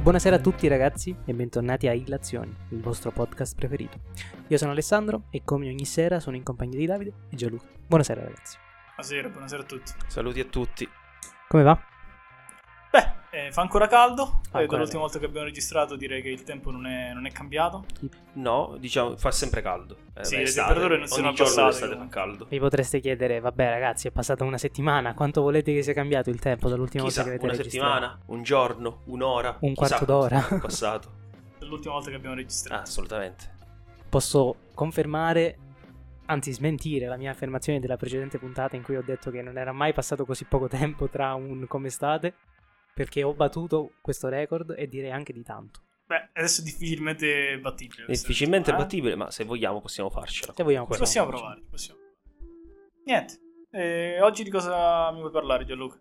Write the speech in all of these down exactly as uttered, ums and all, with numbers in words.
Buonasera a tutti ragazzi e bentornati a Illazioni, il vostro podcast preferito. Io sono Alessandro e come ogni sera sono in compagnia di Davide e Gianluca. Buonasera ragazzi. Buonasera, buonasera a tutti. Saluti a tutti. Come va? Beh, eh, fa ancora caldo. Fa eh, ancora dall'ultima volta che abbiamo registrato direi che il tempo non è, non è cambiato. No, diciamo, fa sempre caldo. Eh, Sì, beh, le estate. temperature non sono Ogni giorno abbassate, d'estate fa comunque. caldo. Vi potreste chiedere, vabbè ragazzi, è passata una settimana, quanto volete che sia cambiato il tempo dall'ultima Chissà, volta che avete una registrato? settimana, un giorno, un'ora, Un chissà quarto d'ora. quanto è passato. Dall'ultima volta che abbiamo registrato. Ah, assolutamente. Posso confermare, anzi smentire la mia affermazione della precedente puntata in cui ho detto che non era mai passato così poco tempo tra un come state, perché ho battuto questo record e direi anche di tanto. Beh, adesso è difficilmente battibile. questa Difficilmente cosa, eh? battibile, ma se vogliamo possiamo farcela. Se vogliamo Ci possiamo provare. ci possiamo. Niente. Eh, oggi di cosa mi vuoi parlare, Gianluca?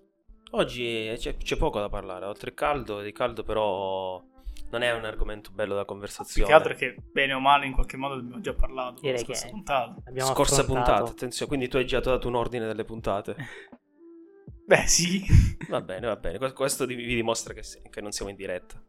Oggi c'è, c'è poco da parlare, oltre il caldo, di caldo però non è un argomento bello da Più conversazione. che altro è che bene o male in qualche modo abbiamo già parlato. Direi la scorsa che- puntata. Abbiamo Scorsa affrontato- puntata, attenzione, quindi tu hai già dato un ordine delle puntate. Beh, sì. Va bene, va bene, questo vi vi dimostra che, sì, che non siamo in diretta.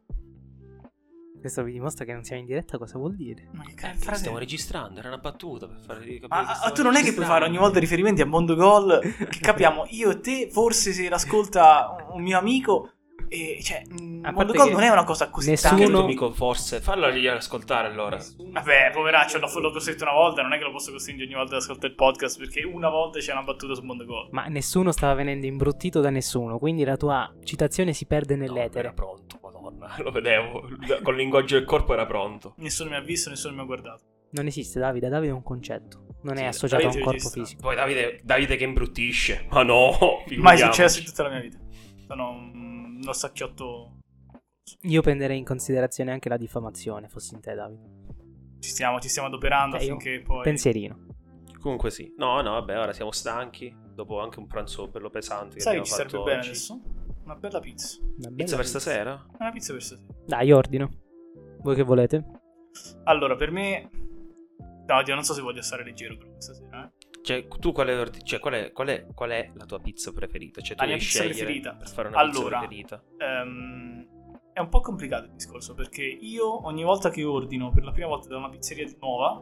Questo vi dimostra che non siamo in diretta, cosa vuol dire? Ma che Eh, cazzo che frase stiamo è? registrando, era una battuta per fare capire Ma che ah, stiamo tu non è che puoi registrando. fare ogni volta riferimenti a Mondo Gol che capiamo io e te, forse se l'ascolta un mio amico e cioè mh, A Mondo parte Gol che non è una cosa così nessuno- Anche il tanto. tuo amico forse, fallo ascoltare allora. Vabbè, poveraccio, l'ho, l'ho costretto una volta, non è che lo posso costringere ogni volta ad ascoltare il podcast perché una volta c'è una battuta su Mondo Gol. Ma nessuno stava venendo imbruttito da nessuno, quindi la tua citazione si perde No, nell'etere. era pronto, madonna, lo vedevo, col linguaggio del corpo era pronto. Nessuno mi ha visto, nessuno mi ha guardato. Non esiste Davide, Davide è un concetto, non è Sì, associato a un Davide corpo registra. fisico. Poi Davide, Davide che imbruttisce, ma no, Mai figuriamoci. successo in tutta la mia vita. Sono un, uno sacchiotto. Io prenderei in considerazione anche la diffamazione, fossi in te Davide. Ci stiamo, ci stiamo adoperando Eh, io- affinché poi. Pensierino. Comunque sì, no, no, vabbè, ora siamo stanchi, dopo anche un pranzo bello pesante che Sai che abbiamo ci serve fatto bene oggi. adesso? Una bella pizza. Una bella Pizza per stasera? Una pizza per stasera. Dai, io ordino. Voi che volete? Allora, per me. No, oddio, non so se voglio stare leggero per questa sera. Eh. Cioè, tu quale ordi- cioè, qual è, qual è, qual è la tua pizza preferita? Cioè, tu La mia devi pizza scegliere preferita? per fare una Allora, pizza preferita. Ehm, è un po' complicato il discorso perché io ogni volta che ordino per la prima volta da una pizzeria nuova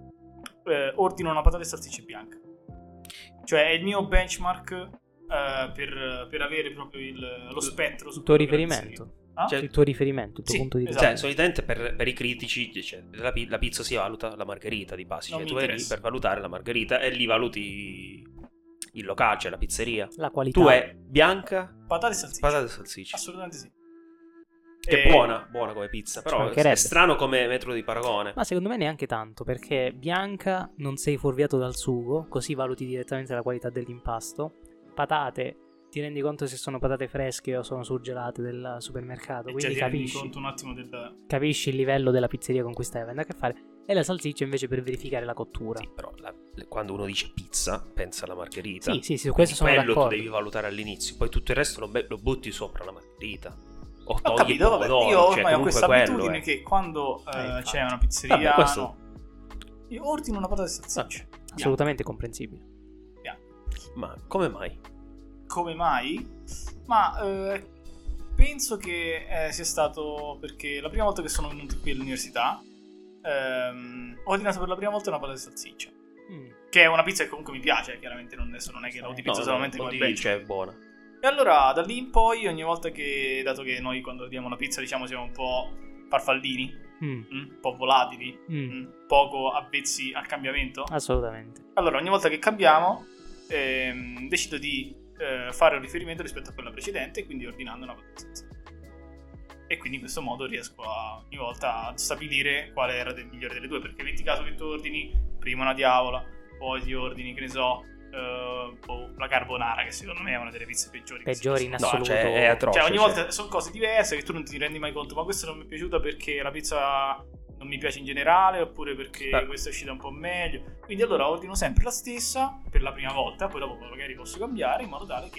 eh, ordino una patata e salsiccia bianca, cioè è il mio benchmark eh, per, per avere proprio il- lo spettro su Il tuo quello che è la riferimento. pizzeria. Ah? Cioè, Il tuo riferimento, il tuo Sì, punto di vista. esatto. Cioè, solitamente per, per i critici, cioè, la, pi- la pizza si valuta la margherita di base. Non Cioè, mi tu vai lì interessa. per valutare la margherita e lì valuti il locale, cioè la pizzeria. La qualità. Tu è bianca, Patata e salsiccia, patate e salsiccia. assolutamente sì. Che Eh, è buona, buona come pizza, Ci però è mancherebbe. strano come metro di paragone. Ma secondo me neanche tanto, perché bianca non sei fuorviato dal sugo, così valuti direttamente la qualità dell'impasto. Patate, ti rendi conto se sono patate fresche o sono surgelate del supermercato, e quindi già ti rendi capisci, conto un attimo del. capisci il livello della pizzeria con cui stai avendo a che fare. E la salsiccia invece per verificare la cottura. Sì, però la- le- quando uno dice pizza, pensa alla margherita. Sì, sì, sì, su questo sono Quello tu d'accordo. devi valutare all'inizio, poi tutto il resto lo, be- lo butti sopra la margherita. O Ho togli capito, il vabbè, pomodoro, io cioè ormai ho comunque questa quello abitudine è. che quando eh, Eh, infatti. c'è una pizzeria Vabbè, questo- no, io ordino una patata e salsiccia. Assolutamente comprensibile. Ma come mai? Come mai? Ma eh, penso che eh, sia stato perché la prima volta che sono venuto qui all'università ehm, ho ordinato per la prima volta una patata e salsiccia, Mm. che è una pizza che comunque mi piace, chiaramente non, adesso non è che la No, utilizzo no, solamente non come devi- bench. cioè è buona. E allora da lì in poi ogni volta che, dato che noi quando ordiniamo una pizza diciamo siamo un po' farfallini, Mm. mm, un po' volatili, Mm. mm, poco avvezzi al cambiamento, Assolutamente. allora ogni volta che cambiamo ehm, decido di eh, fare un riferimento rispetto a quella precedente, quindi ordinando una patata e salsiccia. E quindi in questo modo riesco a, ogni volta a stabilire quale era del migliore delle due, perché metti caso che tu ordini prima una diavola, poi ti ordini, che ne so, eh, boh, la carbonara, che secondo me è una delle pizze peggiori che si Peggiori in possono No, assoluto. cioè è atroce. cioè ogni cioè. volta sono cose diverse che tu non ti rendi mai conto, ma questa non mi è piaciuta perché la pizza non mi piace in generale, oppure perché Beh. questa è uscita un po' meglio. Quindi allora ordino sempre la stessa per la prima volta, poi dopo magari posso cambiare in modo tale che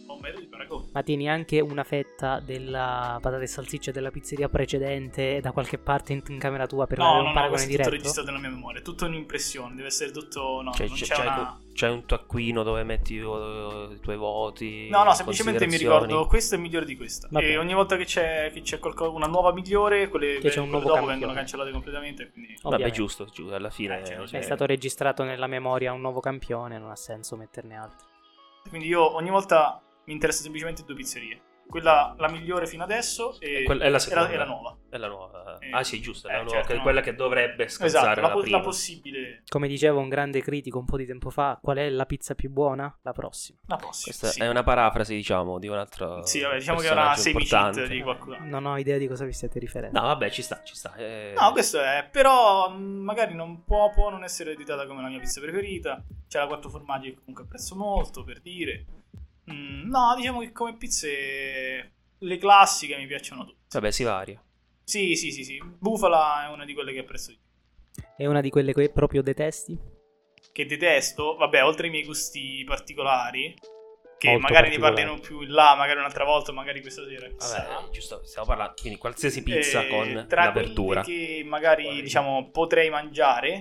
ho metodo di paragone. Ma tieni anche una fetta della patata e salsiccia della pizzeria precedente da qualche parte in, in camera tua per No, avere no, un no, paragone questo è tutto diretto? registrato nella mia memoria, è tutto un'impressione, deve essere tutto... No, Cioè, non c'è, c'è c'hai, una... c'hai un taccuino dove metti uh, i tuoi voti. No, no, semplicemente mi considerazioni. ricordo questa è migliore di questa. Vabbè. E ogni volta che c'è, che c'è qualcosa, una nuova migliore, quelle, Che c'è un quelle nuovo dopo campione. vengono cancellate completamente. Quindi... Vabbè, Ovviamente. giusto, giusto, alla fine Eh, cioè, cioè, È stato registrato nella memoria un nuovo campione, non ha senso metterne altri. quindi io ogni volta mi interessa semplicemente due pizzerie. Quella la migliore fino adesso e, E quella- è la e seconda. e la nuova. è la nuova. Eh, Ah, sì, giusto, è la eh, nuova, certo, che è no. quella che dovrebbe scansare Esatto, la, la po- prima. la possibile... Come diceva un grande critico un po' di tempo fa, qual è la pizza più buona? La prossima. La prossima, Questa sì. è una parafrasi, diciamo, di un altro Sì, vabbè, diciamo che è una personaggio semi-cheat importante. di qualcun altro. Non ho idea di cosa vi stiate riferendo. No, vabbè, ci sta, ci sta. eh. No, questo è, però mh, magari non può, può non essere editata come la mia pizza preferita. C'è la quattro formaggi che comunque apprezzo molto, per dire. Mm, no, diciamo che come pizze le classiche mi piacciono tutte. Vabbè, si varia. Sì, sì, sì, sì. Bufala è una di quelle che apprezzo di più. È una di quelle che proprio detesti? Che detesto, vabbè, oltre ai miei gusti particolari, che Molto magari ne particolari. parleremo più in là, magari un'altra volta, magari questa sera. chissà. Vabbè, giusto, stiamo parlando. Quindi qualsiasi pizza Eh, con tra la verdura. quelle che magari diciamo potrei mangiare,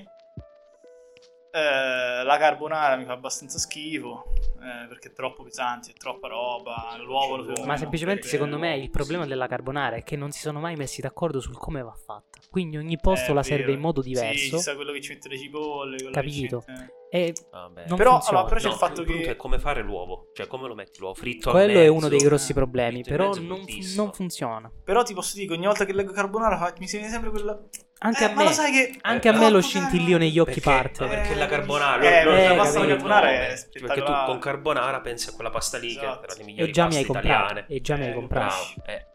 eh, la carbonara mi fa abbastanza schifo, eh, perché è troppo pesante, è troppa roba, l'uovo lo secondo Ma me semplicemente non secondo me perché- il problema della carbonara è che non si sono mai messi d'accordo sul come va fatta. Quindi ogni posto Eh, la è serve vero. in modo Sì, diverso. ci sta quello che ci mette le cipolle, quello Capito. che ci mette- E Vabbè. non Però, funziona. allora, però c'è No, il fatto punto che è come fare l'uovo, cioè come lo metti l'uovo fritto a quello è mezzo, uno dei grossi eh, problemi. fritto in Però mezzo, non, bruttissimo. non funziona. Però ti posso dire che ogni volta che leggo carbonara fa- mi viene sempre quella... Anche Eh, a ma me, lo sai che... anche a me troppo lo caro. scintillio negli occhi Perché, parte. no, perché la carbonara Eh, lo- lo- eh, lo- la pasta lo- alla carbonara è perché tu spettacolare. con carbonara pensi a quella pasta lì che Esatto. era le migliori E già mi paste hai comprato. italiane. E già mi hai Eh, comprato. Bravo, eh.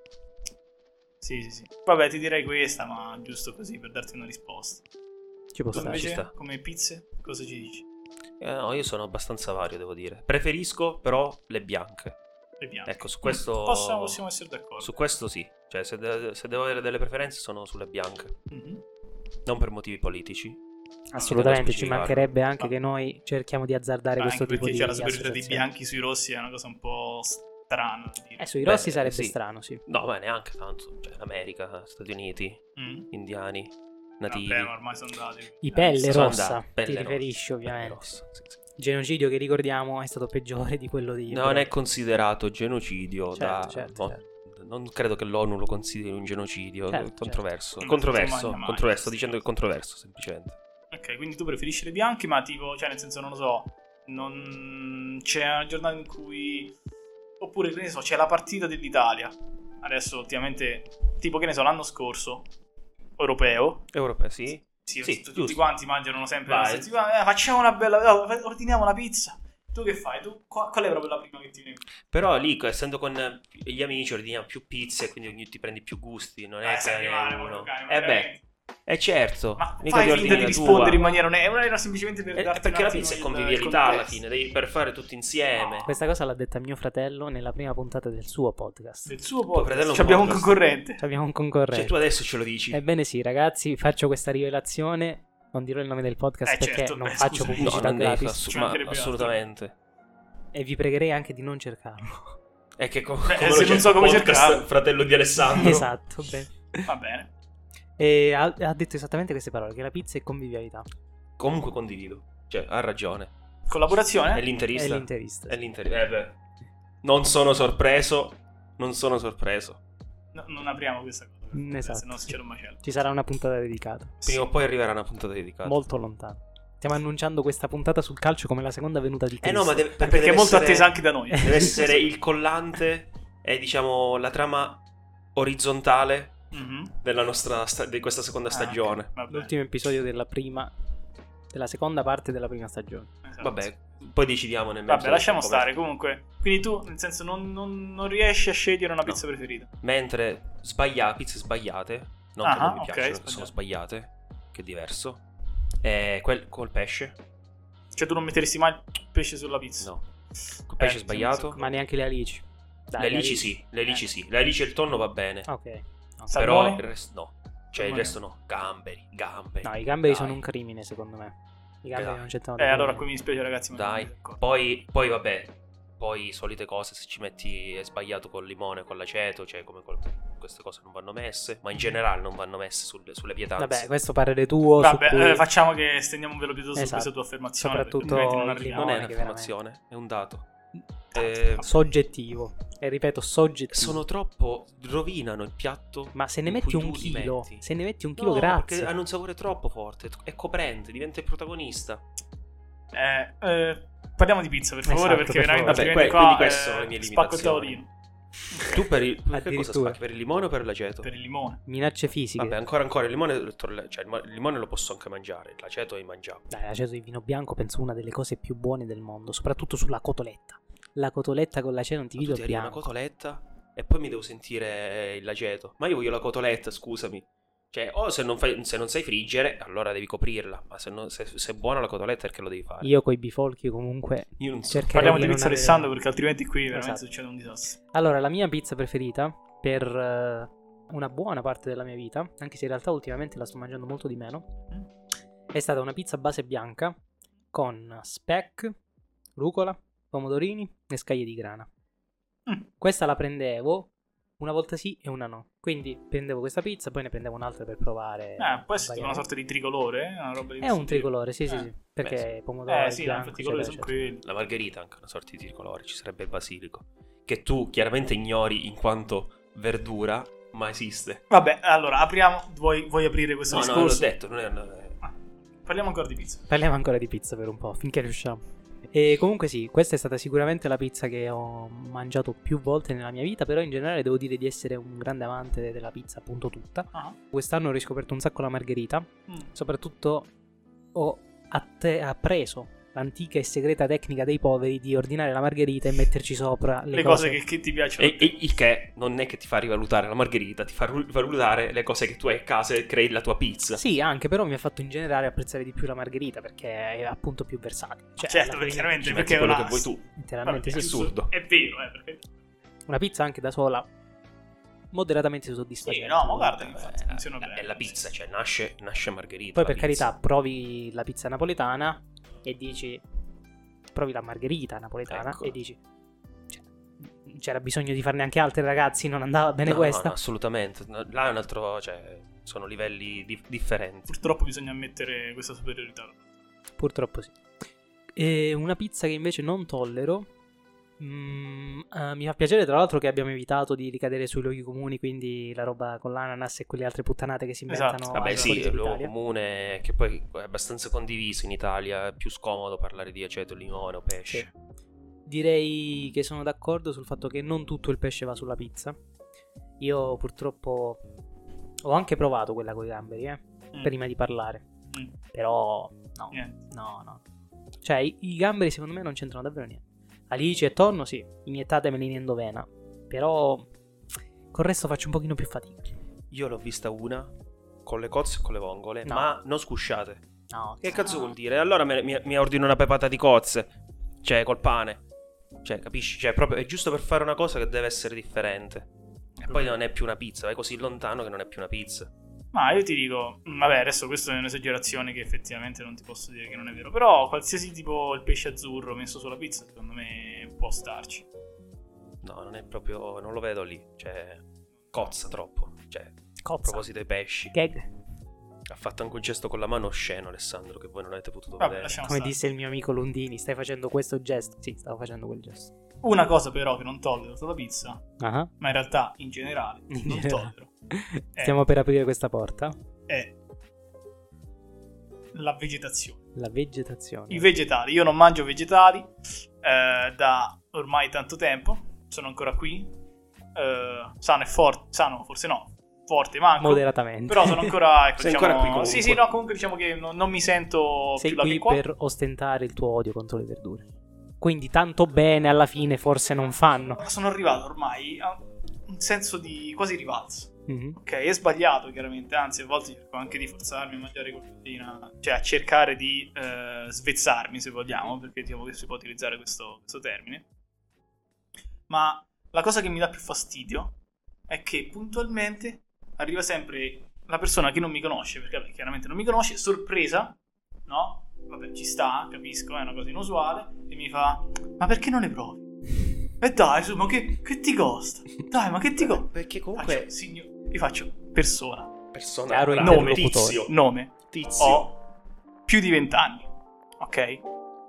Sì, sì, sì. Vabbè, ti direi questa, ma giusto così per darti una risposta. Ci può Tu stare. ci invece, sta. come pizze, cosa ci dici? Eh, no, io sono abbastanza vario, devo dire. Preferisco però le bianche. Le bianche. Ecco, su questo Possiamo, possiamo essere d'accordo. Su questo sì. Cioè, se, de- se devo avere delle preferenze sono sulle bianche. Mhm. Non per motivi politici. Assolutamente, ci specificarlo. mancherebbe anche No. che noi cerchiamo di azzardare Ah, questo anche tipo perché di c'è la superiorità dei associazioni. bianchi sui rossi, è una cosa un po' strana da dire. Eh, sui Beh, rossi sarebbe sì. strano, sì. No, ma neanche tanto. Cioè, America, Stati Uniti, Mm. indiani, nativi. Vabbè, ma ormai sono andati. I Eh, pelle sono rossa, andati, pelle ti rossa, riferisci pelle ovviamente. rossa, sì, sì. Genocidio che ricordiamo è stato peggiore di quello di... Non è considerato genocidio Certo, da... certo, no, certo. Non credo che l'ONU lo consideri un genocidio. Certo, controverso. certo. Controverso. Non si mangia mai. Controverso. Sto dicendo che è controverso, semplicemente. Ok, quindi tu preferisci le bianche, ma tipo, cioè nel senso, non lo so, non c'è una giornata in cui... Oppure, che ne so, c'è la partita dell'Italia. Adesso, ultimamente, tipo, che ne so, l'anno scorso, europeo. Europea, sì. Sì, Sì, tutti giusto. quanti mangiano sempre la Vai. stessa- tipo, eh, facciamo una bella... oh, ordiniamo una pizza. Tu che fai? Tu, qual qual è proprio la prima che ti viene? Però lì, essendo con gli amici, ordiniamo più pizze, quindi ognuno ti prendi più gusti. Non è Eh, che sai che male, uno. porco cane, ma Eh beh, veramente. eh certo. Ma mica fai ti finta ordini di la rispondere tua. in maniera onesta. Non era semplicemente per Eh, darti perché un la attimo pizza è il- convivialità il alla contesto. fine, devi per fare tutti insieme. Questa cosa l'ha detta mio fratello nella prima puntata del suo podcast. Del suo Tuo fratello podcast. un Abbiamo un podcast. concorrente. Abbiamo un Cioè, concorrente. tu adesso ce lo dici. Ebbene sì, ragazzi, faccio questa rivelazione. Non dirò il nome del podcast Eh, perché certo, non beh, faccio scusami. No, pubblicità non devi gratis. far- Ci ma mancherebbe altro. assolutamente. E vi pregherei anche di non cercarlo. È che com- Beh, come se lo non so come podcast cercarlo. Fratello di Alessandro. Esatto, bene. Va bene. E ha, ha detto esattamente queste parole, che la pizza è convivialità. Comunque condivido. Cioè, ha ragione. È Collaborazione? l'interista. È l'interista. È l'interista. Eh beh. Non sono sorpreso. Non sono sorpreso. No, non apriamo questa cosa. Mm, esatto. Se no succede un macello. Ci sarà una puntata dedicata. Prima o poi arriverà una puntata dedicata. Molto lontano. Stiamo annunciando questa puntata sul calcio come la seconda venuta di Eh Cristo. no, ma deve, perché Perché deve è molto essere- attesa anche da noi. Deve essere il collante e diciamo la trama orizzontale Mhm. della nostra sta- di questa seconda Ah, stagione. ok, va bene. L'ultimo episodio della prima... della seconda parte della prima stagione. Esatto. Vabbè, poi decidiamo nel Vabbè, mezzo lasciamo come- stare. Comunque, quindi tu, nel senso, non, non- non riesci a scegliere una No. pizza preferita. Mentre sbagliate, pizze sbagliate, non Ah, che non mi ok, piacciono, che sbagliate. sono sbagliate, che è diverso. E quel col pesce? Cioè, tu non metteresti mai pesce sulla pizza? No. Col pesce Eh, sbagliato? Ma neanche le alici. Dai, le alici sì, le alici Eh. sì. Le alici e il tonno va bene. Ok. Ok. Però Salmone? il resto no. Cioè Salmone. il resto no. Gamberi, gamberi. No, i gamberi Dai. sono un crimine, secondo me. I gamberi Dai. non c'entrano Eh, allora nulla. qui mi dispiace, ragazzi. Ma non Dai. siamo d'accordo. Poi, poi vabbè. Poi solite cose, se ci metti è sbagliato col limone, con l'aceto, cioè come col- queste cose non vanno messe, ma in generale non vanno messe sulle, sulle pietanze. Vabbè, questo parere tuo. Vabbè, su cui... eh, facciamo che stendiamo un velo pietoso Esatto. su questa tua affermazione. Soprattutto perché altrimenti non il arriviamo. non è limone, che un'affermazione, è un dato. Eh, Eh, Soggettivo. E ripeto, soggettivo. sono troppo, rovinano il piatto. Ma se ne in metti cui un tu li chilo, metti. se ne metti un chilo, No, grazie. perché hanno un sapore troppo forte, è coprente, diventa il protagonista. Eh, eh, parliamo di pizza, per favore, Esatto, perché per veramente favore. altrimenti Vabbè, qua quindi queste eh, sono le mie spacco il limitazioni. tavolino. Tu per il, per che cosa Addirittura. spacchi? Per il limone o per l'aceto? Per il limone. Minacce fisiche. Vabbè, ancora ancora il limone, cioè, il mo- il limone lo posso anche mangiare, l'aceto è immangiabile. Dai, l'aceto di vino bianco penso una delle cose più buone del mondo, soprattutto sulla cotoletta. La cotoletta con l'aceto Ma tu antivido ti arriva una bianco. cotoletta e poi mi devo sentire l'aceto. Ma io voglio la cotoletta, scusami. Cioè, o se non, fai, se non sai friggere, allora devi coprirla. Ma se, non, se, se è buona la cotoletta, perché lo devi fare? Io coi bifolchi comunque Io non so. cercherei Parliamo di non pizza avere- Alessandro, perché altrimenti qui veramente Esatto. succede un disastro. Allora, la mia pizza preferita per eh, una buona parte della mia vita, anche se in realtà ultimamente la sto mangiando molto di meno, è stata una pizza base bianca con speck, rucola, pomodorini e scaglie di grana. Mm. Questa la prendevo una volta sì e una no. Quindi prendevo questa pizza, poi ne prendevo un'altra per provare. Eh, può essere variare. una sorta di tricolore, eh? Una roba di È questo un tipo. tricolore, sì, sì, Eh. sì. Perché pomodoro Eh sì, no, bianco, infatti i colori sono eccetera, eccetera. quelli. La margherita, anche una sorta di tricolore, ci sarebbe il basilico. Che tu chiaramente ignori in quanto verdura, ma esiste. Vabbè, allora apriamo. Vuoi, vuoi aprire questo No, no, l'ho discorso? detto, non è... non è- Parliamo ancora di pizza. Parliamo ancora di pizza per un po', finché riusciamo. E comunque sì, questa è stata sicuramente la pizza che ho mangiato più volte nella mia vita, però in generale devo dire di essere un grande amante della pizza, appunto tutta. Ah. Quest'anno ho riscoperto un sacco la margherita, Mm. soprattutto ho atte- appreso l'antica e segreta tecnica dei poveri di ordinare la margherita e metterci sopra le, Le cose che, che ti piacciono. E, e il che non è che ti fa rivalutare la margherita, ti fa ru- valutare le cose che tu hai a casa e crei la tua pizza. Sì, anche, però mi ha fatto in generale apprezzare di più la margherita perché è appunto più versatile. Cioè, certo, alla perché fine, chiaramente Ci perché metti è quello una... che vuoi tu. letteralmente Vabbè, sì. assurdo. È vero, eh, perché... Una pizza anche da sola moderatamente Sì, soddisfacente. no, ma guarda, infatti, Eh, funziona è bene. la pizza, cioè nasce, nasce margherita. Poi la per pizza. carità provi la pizza napoletana e dici, provi la margherita napoletana Ecco. e dici, cioè, c'era bisogno di farne anche altre, ragazzi, non andava bene No, questa. no, assolutamente. No, là è un altro, cioè, sono livelli di- differenti. Purtroppo bisogna ammettere questa superiorità. Purtroppo sì. E una pizza che invece non tollero. mm, eh, mi fa piacere tra l'altro che abbiamo evitato di ricadere sui luoghi comuni, quindi la roba con l'ananas e quelle altre puttanate che si inventano. Esatto. Vabbè, al sì, fuori è un luogo dall'Italia. comune che poi è abbastanza condiviso in Italia. È più scomodo parlare di aceto, limone o pesce. Sì. Direi che sono d'accordo sul fatto che non tutto il pesce va sulla pizza. Io purtroppo ho anche provato quella con i gamberi, eh, Mm. prima di parlare. Mm. Però no, Niente. no, no. Cioè, i, i gamberi secondo me non c'entrano davvero niente. Alici e tonno, sì, iniettetemeli in endovena. Però col resto faccio un pochino più fatica. Io l'ho vista una con le cozze e con le vongole, No. ma non scusciate. No, Che cazzo vuol dire? Allora me- mi, mi ordino una pepata di cozze, cioè col pane. Cioè, capisci? Cioè, proprio è giusto per fare una cosa che deve essere differente. E poi non è più una pizza, vai così lontano che non è più una pizza. Ma io ti dico, vabbè, adesso questa è un'esagerazione che effettivamente non ti posso dire che non è vero. Però qualsiasi tipo il pesce azzurro messo sulla pizza, secondo me può starci. No, non è proprio, non lo vedo lì. Cioè, cozza troppo. Cioè, a Cozza. proposito dei pesci. Gag. Ha fatto anche un gesto con la mano osceno, Alessandro, che voi non avete potuto Vabbè, vedere. lasciamo Come stare. disse il mio amico Lundini, stai facendo questo gesto? Sì, stavo facendo quel gesto. Una cosa però che non tollero sulla pizza, Ah, ma in realtà in generale In non generale. tollero, Stiamo per aprire questa porta. è la vegetazione. La vegetazione. I vegetali. Io non mangio vegetali eh, da ormai tanto tempo. Sono ancora qui. Eh, sano e forte. Sano, forse no. Forte, manco. Moderatamente. Però sono ancora. Ecco, Sei diciamo, ancora qui comunque. Sì, sì, no, comunque diciamo che non, non mi sento Sei più là qui che qua. per ostentare il tuo odio contro le verdure. Quindi tanto bene alla fine forse non fanno. Sono arrivato ormai a un senso di quasi rivalso. Mhm. Ok, è sbagliato chiaramente, anzi a volte cerco anche di forzarmi a mangiare qualcosina, cioè a cercare di eh, svezzarmi se vogliamo, perché diciamo che si può utilizzare questo, questo termine. Ma la cosa che mi dà più fastidio è che puntualmente arriva sempre la persona che non mi conosce, perché vabbè, chiaramente non mi conosce, sorpresa, no? Vabbè, ci sta, capisco, è una cosa inusuale, e mi fa, ma perché non le provi? E dai, su, ma che, che ti costa? Dai, ma che ti costa? Perché comunque Faccio, signor, vi faccio persona, persona Chiaro brava, nome, tizio, nome. tizio. Ho più di vent'anni, ok?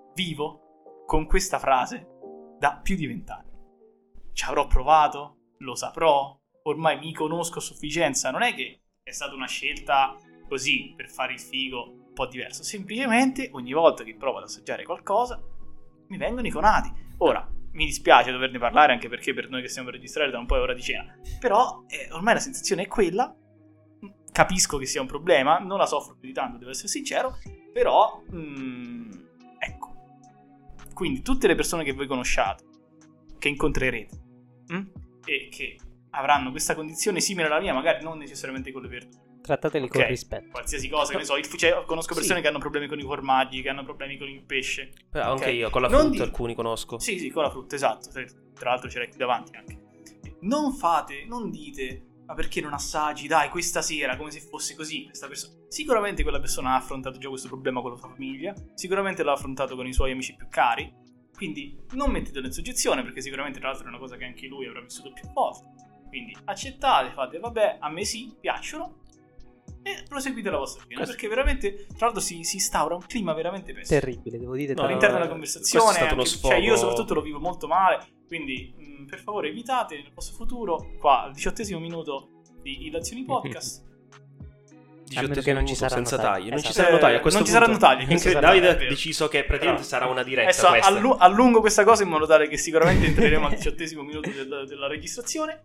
Vivo con questa frase da più di vent'anni. Ci avrò provato, lo saprò, ormai mi conosco a sufficienza. Non è che è stata una scelta così per fare il figo un po' diverso. Semplicemente ogni volta che provo ad assaggiare qualcosa mi vengono i conati. Ora, mi dispiace doverne parlare anche perché per noi che stiamo per registrare da un po' è ora di cena. Però eh, ormai la sensazione è quella. Capisco che sia un problema, non la soffro più di tanto, devo essere sincero. Però, mm, ecco. Quindi tutte le persone che voi conosciate, che incontrerete, mh? e che avranno questa condizione simile alla mia, magari non necessariamente con le verdure. Trattateli Ok, con rispetto. Qualsiasi cosa, che ne so, il, cioè, conosco persone Sì. che hanno problemi con i formaggi, che hanno problemi con il pesce. Però Ok? anche io con la Non frutta di- alcuni conosco. Sì, sì, con la frutta, esatto. Tra l'altro ce l'hai qui davanti anche. Non fate, non dite, ma perché non assaggi, dai, questa sera, come se fosse così, questa persona. Sicuramente quella persona ha affrontato già questo problema con la sua famiglia, sicuramente l'ha affrontato con i suoi amici più cari, quindi non mettetelo in soggezione, perché sicuramente tra l'altro è una cosa che anche lui avrà vissuto più volte. Quindi accettate, fate, vabbè, a me sì, piacciono, e proseguite la vostra cena, Questo- perché veramente, tra l'altro si, si instaura un clima veramente pessimo Terribile, devo dire. No, terribile. all'interno no, della no, conversazione, questo è stato uno anche- cioè io sfogo. soprattutto lo vivo molto male, quindi mh, per favore evitate nel vostro futuro, qua al diciottesimo minuto di Illazioni Podcast. Almeno che non ci saranno senza tagli. tagli. Non ci Esatto. saranno tagli. A Eh, questo non ci punto- saranno tagli, Anche questo sarà- Davide è ha vero. deciso che praticamente Però- sarà una diretta Adesso questa. allu- allungo questa cosa in modo tale che sicuramente entreremo al diciottesimo minuto del- della registrazione.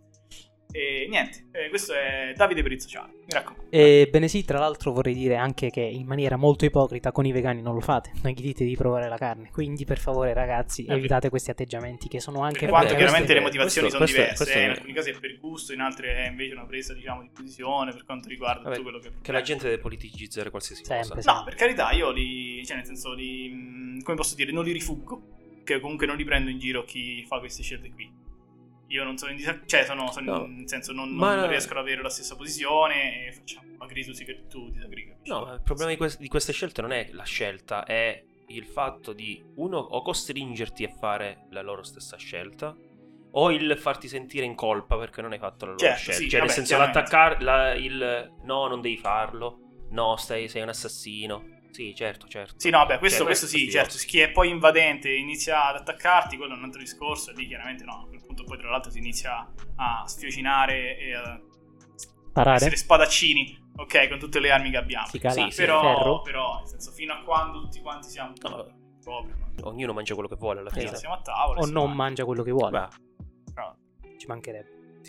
E niente, eh, questo è Davide per il sociale, mi raccomando. Ebbene sì, tra l'altro vorrei dire anche che in maniera molto ipocrita con i vegani non lo fate, non gli dite di provare la carne, quindi per favore ragazzi Eh, evitate questi atteggiamenti che sono anche Per quanto beh, chiaramente questo- le motivazioni questo- sono questo- diverse, questo eh, è- in alcuni casi è per gusto, in altri è invece una presa diciamo di posizione per quanto riguarda Vabbè, tutto quello che è Che la gente deve politicizzare qualsiasi Sempre, cosa. No, per carità, io li, cioè nel senso li, mh, come posso dire, non li rifuggo, che comunque non li prendo in giro chi fa queste scelte qui. Io non sono in disaccordo, cioè sono, sono No. nel senso non, Ma- non riesco ad avere la stessa posizione e facciamo agree tu, sì, tu disagri, capisci? No, ma il problema di, que- di queste scelte non è la scelta, è il fatto di uno o costringerti a fare la loro stessa scelta o il farti sentire in colpa perché non hai fatto la loro Certo, scelta. sì, Cioè, vabbè, nel senso, chiaramente. l'attaccare la- il no, non devi farlo. No, stai, sei un assassino. Sì, certo, certo. Sì, no, vabbè, questo, Cioè, questo sì, fastidioso. certo, chi è poi invadente e inizia ad attaccarti, quello è un altro discorso, e lì chiaramente no, a quel punto poi tra l'altro si inizia a sfiocinare e a Parare? essere spadaccini, ok, con tutte le armi che abbiamo. Si cala Sì, il Però, ferro? però, nel senso, fino a quando tutti quanti siamo No. proprio, no? Ognuno mangia quello che vuole alla fine. Esatto. siamo a tavola O si non mangia. mangia quello che vuole, Beh, Però- ci mancherebbe.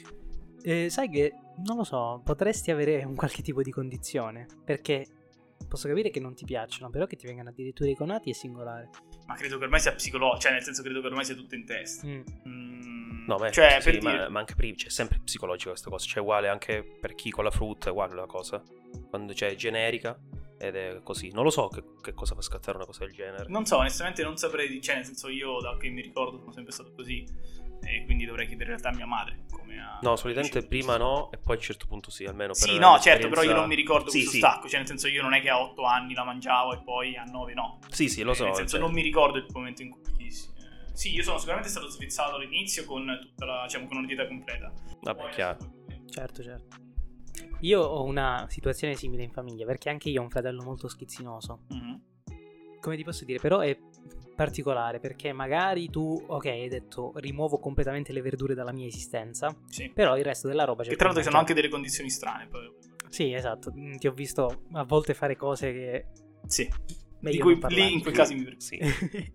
Eh, sai che, non lo so, potresti avere un qualche tipo di condizione, perché posso capire che non ti piacciono, però che ti vengano addirittura i conati è singolare. Ma credo che ormai sia psicologico, cioè nel senso credo che ormai sia tutto in testa. Mm. Mm, no, beh, cioè, sì, per ma, dire, ma anche prima c'è sempre psicologico questa cosa. Cioè, uguale anche per chi con la frutta, è uguale la cosa. Quando c'è generica ed è così. Non lo so che, che cosa fa scattare una cosa del genere. non so, onestamente non saprei, di- cioè nel senso io da che mi ricordo sono sempre stato così e quindi dovrei chiedere in realtà a mia madre come a... No, solitamente prima no, e poi a un certo punto sì, almeno per Sì, no, certo, l'esperienza- però io non mi ricordo Sì, questo sì. stacco, cioè nel senso io non è che a otto anni la mangiavo e poi a nove no. Sì, sì, lo Eh, so. nel senso cioè, non mi ricordo il momento in cui... eh, sì, io sono sicuramente stato svezzato all'inizio con tutta la, diciamo, con una dieta completa. Vabbè, Poi- chiaro. Certo, certo. Io ho una situazione simile in famiglia, perché anche io ho un fratello molto schizzinoso. Mhm. Come ti posso dire, però è particolare, perché magari tu, ok, hai detto rimuovo completamente le verdure dalla mia esistenza, Sì. però il resto della roba... Che cerco tra l'altro di ci sono anche mangiare. delle condizioni strane. Poi. Sì, esatto, mm, ti ho visto a volte fare cose che... Sì, meglio di cui non parlarne. lì in quei casi mi... Sì.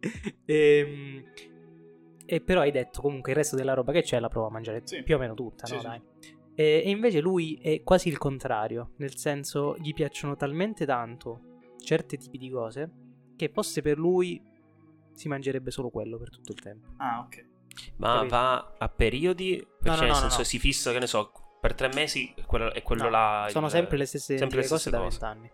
Ehm, e però hai detto comunque il resto della roba che c'è la provo a mangiare Sì. più o meno tutta, Sì, no? sì. Dai. E, e invece lui è quasi il contrario, nel senso gli piacciono talmente tanto certi tipi di cose che fosse per lui si mangerebbe solo quello per tutto il tempo. Ah, ok. Ma Capito? va a periodi? No, Cioè, no, nel no, senso no. si fissa, che ne so, per tre mesi è quello, è quello No, là. sono il- sempre le stesse sempre le identiche stesse cose da cose. vent'anni.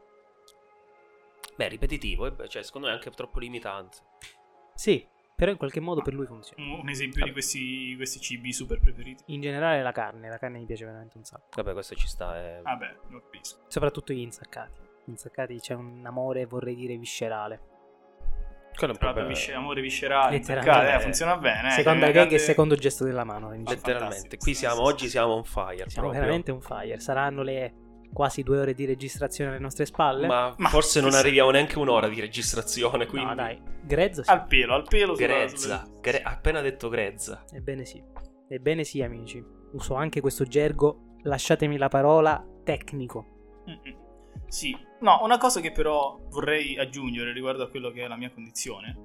Beh, ripetitivo, e beh, cioè, secondo me è anche troppo limitante. Sì, però in qualche modo per lui funziona. Un, un esempio di questi, questi cibi super preferiti. In generale la carne, la carne mi piace veramente un sacco. Vabbè, questo ci sta. È... Vabbè, lo capisco. Soprattutto gli insaccati. Gli insaccati c'è un amore, vorrei dire, viscerale. Quello è un Tra problema. visce- amore viscerale, Letteralmente. intaccate, eh, funziona bene. eh, Seconda cioè, gag e grande- secondo gesto della mano. in genere. Letteralmente. fantastico. Qui Sì, siamo, sì, oggi sì. siamo on fire. Siamo proprio. veramente un fire. Saranno le quasi due ore di registrazione alle nostre spalle. Ma, Ma forse non chissà. arriviamo neanche un'ora di registrazione. Quindi... No, dai. Grezzo sì. Al pelo, al pelo. sulla- Grezza. sulla- Gre- appena detto grezza. Ebbene sì. Ebbene sì, amici. Uso anche questo gergo, lasciatemi la parola, tecnico. Mm-mm. Sì, no, una cosa che però vorrei aggiungere riguardo a quello che è la mia condizione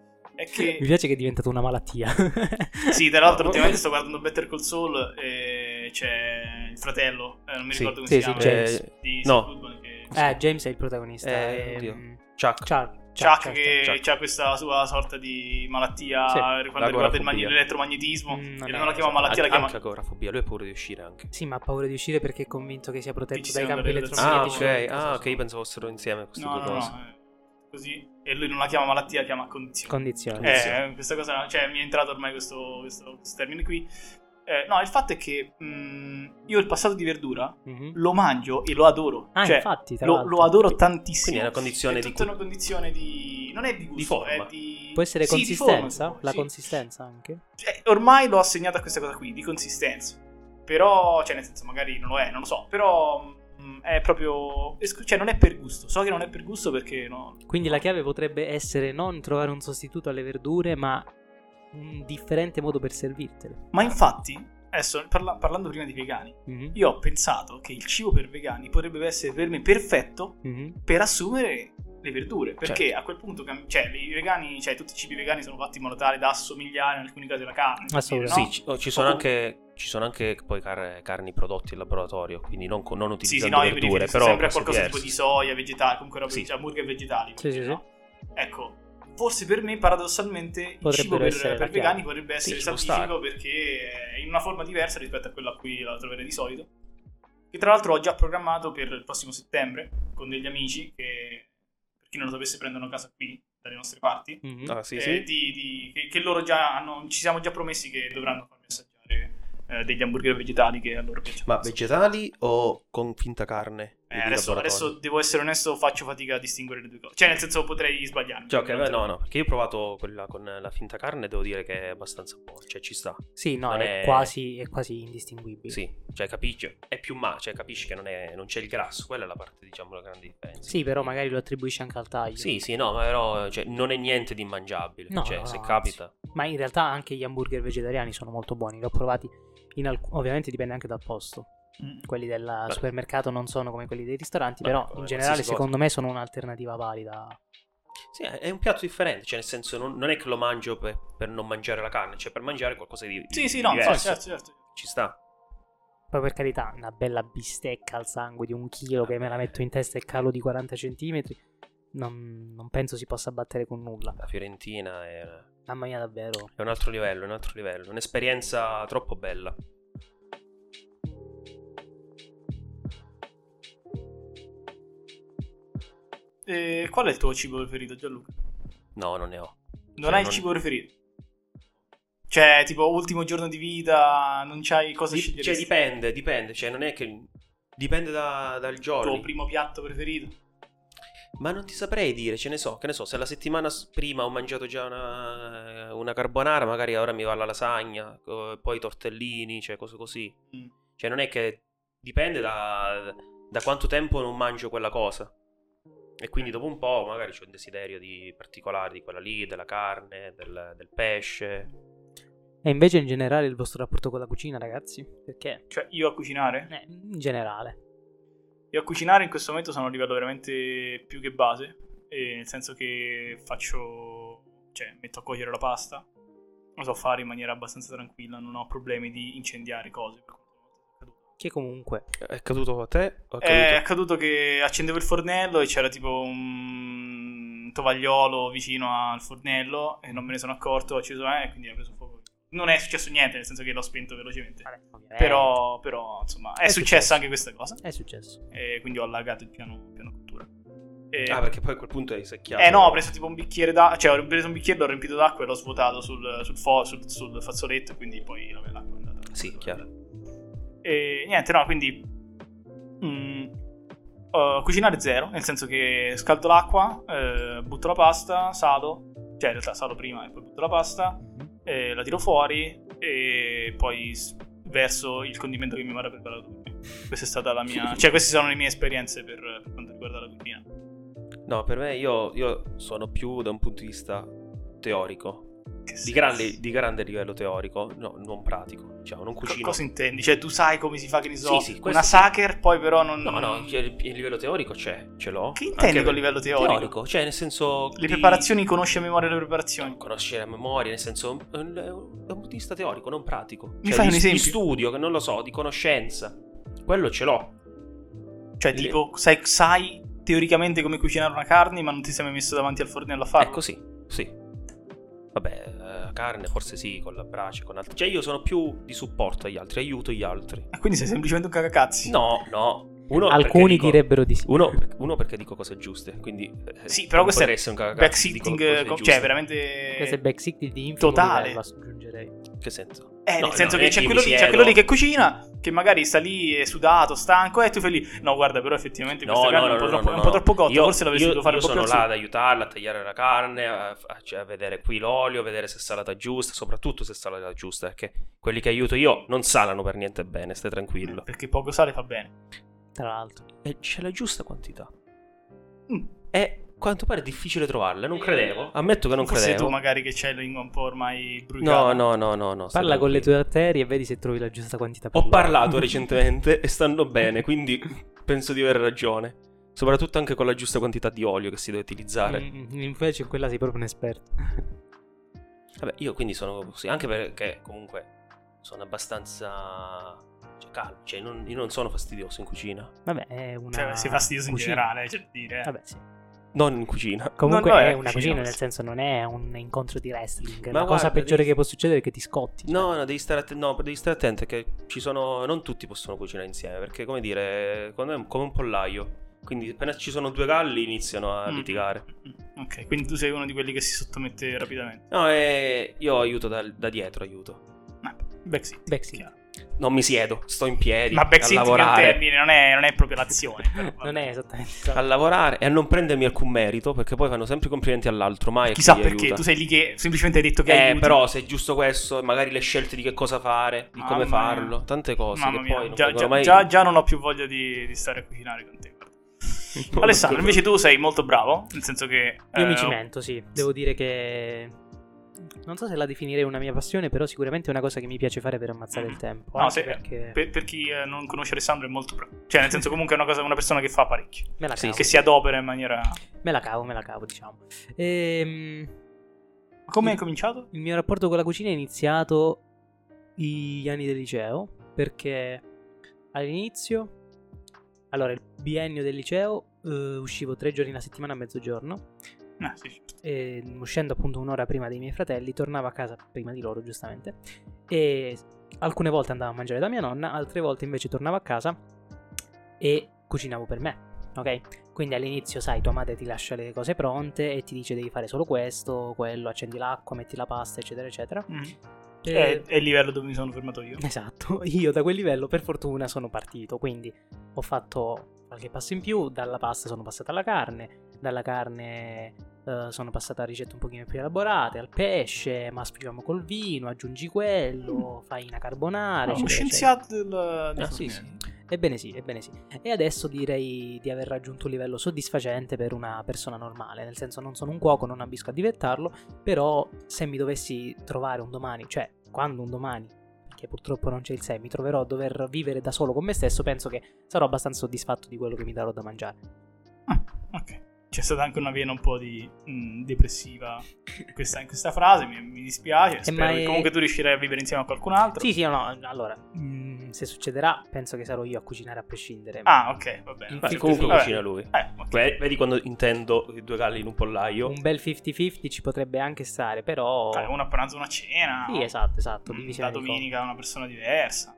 è Mi che, piace che è diventata una malattia. sì, tra l'altro No, ultimamente sto guardando Better Call Saul e c'è il fratello, eh, non mi Sì, ricordo come sì, si sì, chiama, James. di No. Saul Goodman, che- Eh, James è il protagonista. Eh, ehm, oddio. Chuck. Chuck, Chuck certo. che Chuck. ha questa sua sorta di malattia Sì, quando riguarda il l'agorafobia. magni- l'elettromagnetismo, Mm, che non non è- la chiama malattia, la Anche, chiama anche agorafobia. Lui ha paura di uscire anche. Sì, ma ha paura di uscire perché è convinto che sia Che protetto ci dai siano campi delle Ah, elettromagnetici. ok. Cosa Ah, ok. sono? Io pensavo fossero insieme queste no, due no, cose. no, eh, così, e lui non la chiama malattia, la chiama condizione. Condizioni. Eh, questa cosa, cioè, mi è entrato ormai questo, questo, questo termine qui. Eh, no, il fatto è che mh, io il passato di verdura Mhm. lo mangio e lo adoro. Ah, cioè, infatti, tra lo, l'altro. lo adoro tantissimo. Quindi è una condizione è di tutta cu- una condizione di. Non è di gusto, di forma. è di. Può essere sì, di consistenza? forma, La sì. consistenza anche? Cioè, ormai l'ho assegnato a questa cosa qui, di consistenza. Però, cioè, nel senso, magari non lo è, non lo so. Però mh, è proprio. Cioè, non è per gusto. So che non è per gusto perché no. Quindi la chiave potrebbe essere non trovare un sostituto alle verdure, ma un differente modo per servirtele. Ma infatti, adesso parla- parlando prima di vegani, Mhm. io ho pensato che il cibo per vegani potrebbe essere per me perfetto Mhm. per assumere le verdure, perché Certo. a quel punto cam- cioè i vegani, cioè tutti i cibi vegani sono fatti in modo tale da assomigliare in alcuni casi alla carne, per Assolutamente. dire, Sì, no? ci, oh, ci sono O- anche ci sono anche poi car- carni prodotti in laboratorio, quindi non, co- non Sì, sì, utilizzando no, io mi verdure, riferisco però sempre a cose qualcosa diverse. tipo di soia, vegetali, comunque roba, Sì. cioè hamburger vegetali. Sì, sì, sì. no? Ecco, forse per me paradossalmente il Potrebbero cibo per, essere per la vegani chiave. potrebbe Sì, essere ci può salvifico stare. perché è in una forma diversa rispetto a quella a cui la troverei di solito. Che tra l'altro ho già programmato per il prossimo settembre con degli amici che, per chi non lo sapesse, prendono casa qui dalle nostre parti. Mhm. Ah, sì, eh, sì. di- di- che, che loro già hanno, ci siamo già promessi che dovranno farmi assaggiare eh, degli hamburger vegetali che a loro piacciono. Ma vegetali o con finta carne? Eh, di adesso, laboratorio? adesso devo essere onesto, faccio fatica a distinguere le due cose. Cioè, nel senso, potrei sbagliarmi. Cioè, ok, beh, no, no, perché io ho provato quella con la finta carne, devo dire che è abbastanza buona, cioè ci sta. Sì, no, Non è, è- Quasi, è quasi indistinguibile. Sì, cioè capisci, è più ma, cioè capisci che non, è, non c'è il grasso, quella è la parte, diciamo, la grande differenza. Sì, però magari lo attribuisci anche al taglio. Sì, sì, no, ma però cioè, non è niente di immangiabile, No, cioè no, se no, capita. Ma in realtà anche gli hamburger vegetariani sono molto buoni. Li ho provati in alc- ovviamente dipende anche dal posto. Mm. Quelli del Beh. supermercato non sono come quelli dei ristoranti, Beh, però come in generale qualsiasi secondo me sono un'alternativa valida. Sì, è è un piatto differente, cioè nel senso non, non è che lo mangio per, per non mangiare la carne, cioè per mangiare qualcosa di, Sì, di sì, no, diverso. certo, certo. Ci sta. Poi per carità, una bella bistecca al sangue di un chilo che me la metto in testa e calo di quaranta centimetri, non, non penso si possa battere con nulla. La Fiorentina è, Mamma mia, davvero. è un altro livello, è un altro livello, un'esperienza troppo bella. E qual è il tuo cibo preferito, Gianluca? No, non ne ho. Non Cioè, hai il non- cibo preferito? Cioè, tipo, ultimo giorno di vita, non c'hai cosa Di- scegliere? cioè dipende, dipende, cioè non è che dipende da- dal Il giorno. tuo primo piatto preferito? Ma non ti saprei dire, ce ne so, che ne so, se la settimana s- prima ho mangiato già una, una carbonara, magari ora mi va la lasagna, co- poi i tortellini, cioè cose così. Mm. Cioè non è che dipende da, da quanto tempo non mangio quella cosa. E quindi dopo un po' magari c'ho un desiderio di particolare di quella lì, della carne, del, del pesce. E invece in generale il vostro rapporto con la cucina, ragazzi? Perché? Cioè, io a cucinare? Eh, in generale. Io a cucinare in questo momento sono a un livello veramente più che base, e nel senso che faccio, cioè metto a cuocere la pasta, lo so fare in maniera abbastanza tranquilla, non ho problemi di incendiare cose. Per quanto è accaduto. Che comunque... È caduto a te? O è È caduto? accaduto che accendevo il fornello e c'era tipo un tovagliolo vicino al fornello e non me ne sono accorto, ho acceso eh, e quindi ha preso fuoco. Non è successo niente, nel senso che l'ho spento velocemente. vabbè, ovviamente, Però, però, insomma, è, È successa successo. anche questa cosa. È successo. E quindi ho allagato il piano, piano cottura. E- Ah, perché poi a quel punto hai secchiato. eh no, ho preso tipo un bicchiere d'acqua, cioè ho preso un bicchiere, l'ho riempito d'acqua e l'ho svuotato sul, sul, fo- sul, sul fazzoletto, quindi poi vabbè, l'acqua è andata. Sì, chiaro. E niente, no, quindi mm, uh, cucinare zero, nel senso che scaldo l'acqua, eh, butto la pasta, salo, cioè in realtà salo prima e poi butto la pasta, eh, la tiro fuori e poi s- verso il condimento che mi avrà preparato prima. Questa è stata la mia, cioè queste sono le mie esperienze per, per quanto riguarda la cucina. No, per me io, io sono più da un punto di vista teorico. Che Di senso? grande, di grande livello teorico, no, non pratico. Diciamo, non Co- cucino. cosa intendi? Cioè tu sai come si fa, che ne so, Sì, sì, questo una sì. sacher, poi però non... No, no, cioè, il, il livello teorico c'è, ce l'ho. Che intendi Anche con per- livello teorico? Cioè, nel senso. Le di- preparazioni, conosci a memoria le preparazioni? Conoscere a memoria, nel senso. eh, Da un punto di vista teorico, non pratico. Mi Cioè, fai di, un di esempio? studio, che non lo so, di conoscenza. Quello ce l'ho. Cioè Le- tipo, sai, sai teoricamente come cucinare una carne, ma non ti sei mai messo davanti al fornello a farlo? Ecco, sì, sì. Vabbè, eh, carne forse sì, con la brace, con altri. Cioè, io sono più di supporto agli altri, aiuto gli altri. E quindi sei semplicemente un cagacazzi? No, no. Uno perché Alcuni dico- direbbero di sì. Uno, uno perché dico cose giuste, quindi eh, Sì, però non questo è potrei essere un cagacazzo, dico backseating, cose eh, com- giuste. cioè veramente... Questo è backseating di infimo totale. livello, aggiungerei. Che senso? Eh, nel No, senso no, che eh, c'è io quello, mi lì, c'è siedo- quello lì che cucina, che magari sta lì, è sudato, stanco, e tu fai lì. No, guarda, però effettivamente No, questa no, carne no, è un po' no, troppo, no, è un po' no. troppo cotta, Io- forse l'avresti io, dovuto fare io un po' più sono al là sugo. ad aiutarla a tagliare la carne, a, a- cioè, a vedere qui l'olio, a vedere se è salata giusta, soprattutto se è salata giusta, perché quelli che aiuto io non salano per niente bene, stai tranquillo. Perché poco sale fa bene. Tra l'altro. E c'è la giusta quantità. Mm. E a quanto pare è difficile trovarla, non credevo. Ammetto che non Forse credevo. tu magari che c'hai la lingua un po' ormai bruciata. No, no, no, no, no. stai Parla con le tranquillo. tue arterie e vedi se trovi la giusta quantità per Ho loro. parlato recentemente e stanno bene, quindi penso di avere ragione. Soprattutto anche con la giusta quantità di olio che si deve utilizzare. Mm, invece in quella sei proprio un esperto. Vabbè, io quindi sono così, anche perché comunque sono abbastanza cioè, calmo, cioè non- io non sono fastidioso in cucina. Vabbè, è una Cioè, sei fastidioso in cucina. generale, cioè dire. eh. Vabbè, sì. Non in cucina. Comunque Non lo è, è una cucina, cucina, questo. nel senso non è un incontro di wrestling. Ma la cosa guarda, peggiore devi- che può succedere è che ti scotti. cioè. No, no, devi stare attento, no, devi stare attento che ci sono non tutti possono cucinare insieme, perché come dire, quando è come un pollaio. Quindi appena ci sono due galli iniziano a Mm. litigare. Mm, Ok, quindi tu sei uno di quelli che si sottomette rapidamente. No, e io aiuto da, da dietro, aiuto. Ah, backseat. Backseat. chiaro. Non mi siedo, sto in piedi Ma a backseat è un lavorare. termine, non è, non è proprio l'azione. però, vabbè. Non è esattamente A esatto. lavorare e a non prendermi alcun merito, perché poi fanno sempre i complimenti all'altro, mai a Chissà chi perché, aiuta. tu sei lì che semplicemente hai detto che Eh, aiuti. però se è giusto questo, magari le scelte di che cosa fare, di come Mamma mia. farlo, tante cose Mamma che mia, poi non già, vengono già- mai... già- già non ho più voglia di, di stare a cucinare con te. guarda. Alessandro, invece tu sei molto bravo, nel senso che... Io mi eh, cimento, sì. Devo dire che non so se la definirei una mia passione, però sicuramente è una cosa che mi piace fare per ammazzare il tempo. No, anche se- perché per, per chi eh, non conosce Alessandro è molto bravo. Cioè, nel senso comunque è una, cosa, una persona che fa parecchio. me la Sì, cavo. Che si adopera in maniera... Me la cavo, me la cavo, diciamo. Ehm, Come hai il- cominciato? Il mio rapporto con la cucina è iniziato gli anni del liceo, perché all'inizio, allora il biennio del liceo, eh, uscivo tre giorni alla settimana a mezzogiorno, Ah, sì, certo. e, uscendo appunto un'ora prima dei miei fratelli, tornavo a casa prima di loro, giustamente, e alcune volte andavo a mangiare da mia nonna, altre volte invece tornavo a casa e cucinavo per me, ok? Quindi all'inizio, sai, tua madre ti lascia le cose pronte e ti dice devi fare solo questo, quello, accendi l'acqua, metti la pasta, eccetera, eccetera. Mm. E- È, è il livello dove mi sono fermato io. Esatto, io da quel livello per fortuna sono partito, quindi ho fatto qualche passo in più, dalla pasta sono passato alla carne, dalla carne eh, sono passata a ricette un pochino più elaborate, al pesce, ma sprigiamo col vino, aggiungi quello, fai una carbonara, No, uno eccetera, scienziato del... del Ah, sì, fornello. sì. Ebbene sì, ebbene sì. E adesso direi di aver raggiunto un livello soddisfacente per una persona normale, nel senso non sono un cuoco, non ambisco a diventarlo, però se mi dovessi trovare un domani, cioè quando un domani, perché purtroppo non c'è il se, mi troverò a dover vivere da solo con me stesso, penso che sarò abbastanza soddisfatto di quello che mi darò da mangiare. Ah, ok. C'è stata anche una vena un po' di mh, depressiva in questa, in questa frase, mi, mi dispiace. Spero ma che è- comunque tu riuscirai a vivere insieme a qualcun altro. Sì, sì, no, no, allora, mh, se succederà, penso che sarò io a cucinare a prescindere. Ah, ok, va bene. Beh, Beh, Sì, comunque sì, cucina lui. Eh, ok. Beh, vedi quando intendo i due galli in un pollaio. Un bel cinquanta cinquanta ci potrebbe anche stare, però... Dai, una a pranzo, una a cena. Sì, no? esatto, esatto, Mm, divisione La di domenica una persona diversa.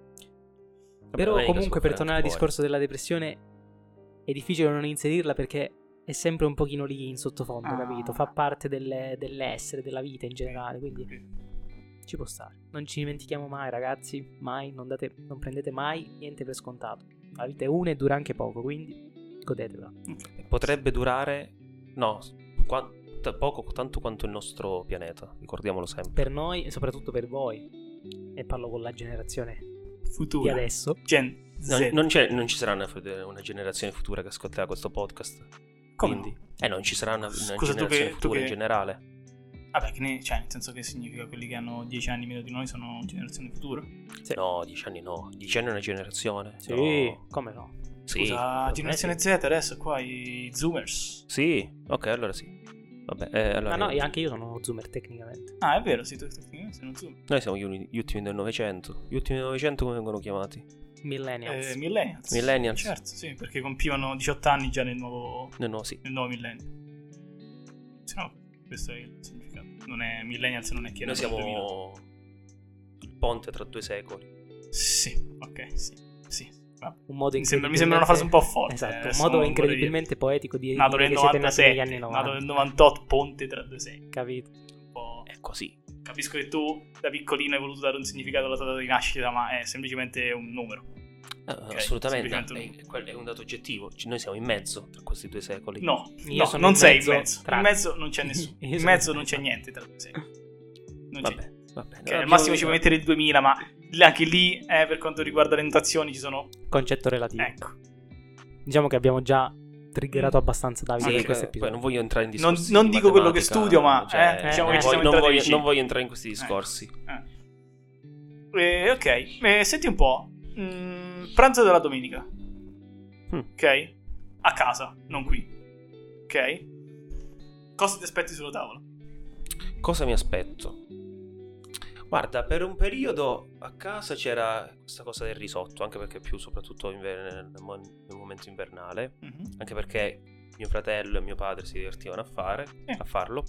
Vabbè, Però domenica comunque si per può tornare al fare anche discorso della depressione è difficile non inserirla perché è sempre un pochino lì in sottofondo, Ah. capito? Fa parte delle- dell'essere, della vita in generale, quindi Ok. ci può stare. Non ci dimentichiamo mai, ragazzi, mai, non, date, non prendete mai niente per scontato. La vita è una e dura anche poco, quindi godetela. fuori. Potrebbe durare... No, qua- t- poco tanto quanto il nostro pianeta, ricordiamolo sempre. Per noi e soprattutto per voi, e parlo con la generazione Futura. di adesso, Gen Z. No, non, c'è, non ci sarà una, una generazione futura che ascolterà questo podcast. Come Quindi, eh non ci sarà una, una Scusa, tu generazione che- tu futura che- in generale. Vabbè, che ne, cioè, nel senso che significa quelli che hanno dieci anni meno di noi sono generazione futura? Sì. No, dieci anni no. dieci anni è una generazione. sì, No. come no? Sì. Scusa, sì. generazione Z adesso qua, i zoomers. Sì, ok, allora sì. Vabbè, eh, allora Ma no, niente. anche io sono uno zoomer tecnicamente. Ah, è vero, sì, tu tecnicamente sei uno zoomer. Noi siamo gli, uni- gli ultimi del Novecento. Gli ultimi del Novecento come vengono chiamati? Millennials. Eh, millennials. Millennials. Certo, sì, perché compivano diciotto anni già nel nuovo, No, no, sì. nel nuovo millennio. Sì, no, questo è il significato. Non è millennials, non è che Noi era nel siamo il ponte tra due secoli. duemila. Sì, ok, sì, sì. Vabbè. Un modo Mi sembra, mi sembra una frase un po' forte. Esatto, eh, un adesso modo non incredibilmente poetico di Nato dire nel che siete nati negli novantasette, anni nato novanta. nel novantotto, ponte tra due secoli. Capito? Un po'... È così. Capisco che tu da piccolino hai voluto dare un significato alla tua data di nascita, ma è semplicemente un numero. Eh, Ok, assolutamente. semplicemente È, è quel- è un dato oggettivo. Ci- Noi siamo in mezzo tra questi due secoli. No, Io no, sono non in sei mezzo in mezzo. tra- In mezzo non c'è nessuno. Io In sono mezzo in non c'è mezzo. niente tra due secoli. Non c'è. Vabbè, va bene. Ok, al Abbiamo- massimo ci puoi mettere il duemila, ma anche lì, eh, per quanto riguarda le notazioni, ci sono... Concetto relativo. Ecco. Diciamo che abbiamo già triggerato abbastanza Davide Sì, in questo eh, poi episodio. non voglio entrare in Non- discorsi non di dico quello che matematica, studio, ma, cioè, eh, diciamo che non ci voglio- siamo non entrati voglio, vicini. non voglio entrare in questi discorsi. Eh. Eh, ok, eh, senti un po'. Mm, pranzo della domenica. Mm. Ok? A casa, non qui. Ok? Cosa ti aspetti sulla tavola? Cosa mi aspetto? Guarda, per un periodo a casa c'era questa cosa del risotto, anche perché più soprattutto inver- nel, mo- nel momento invernale, Mhm. anche perché mio fratello e mio padre si divertivano a fare, Eh. a farlo.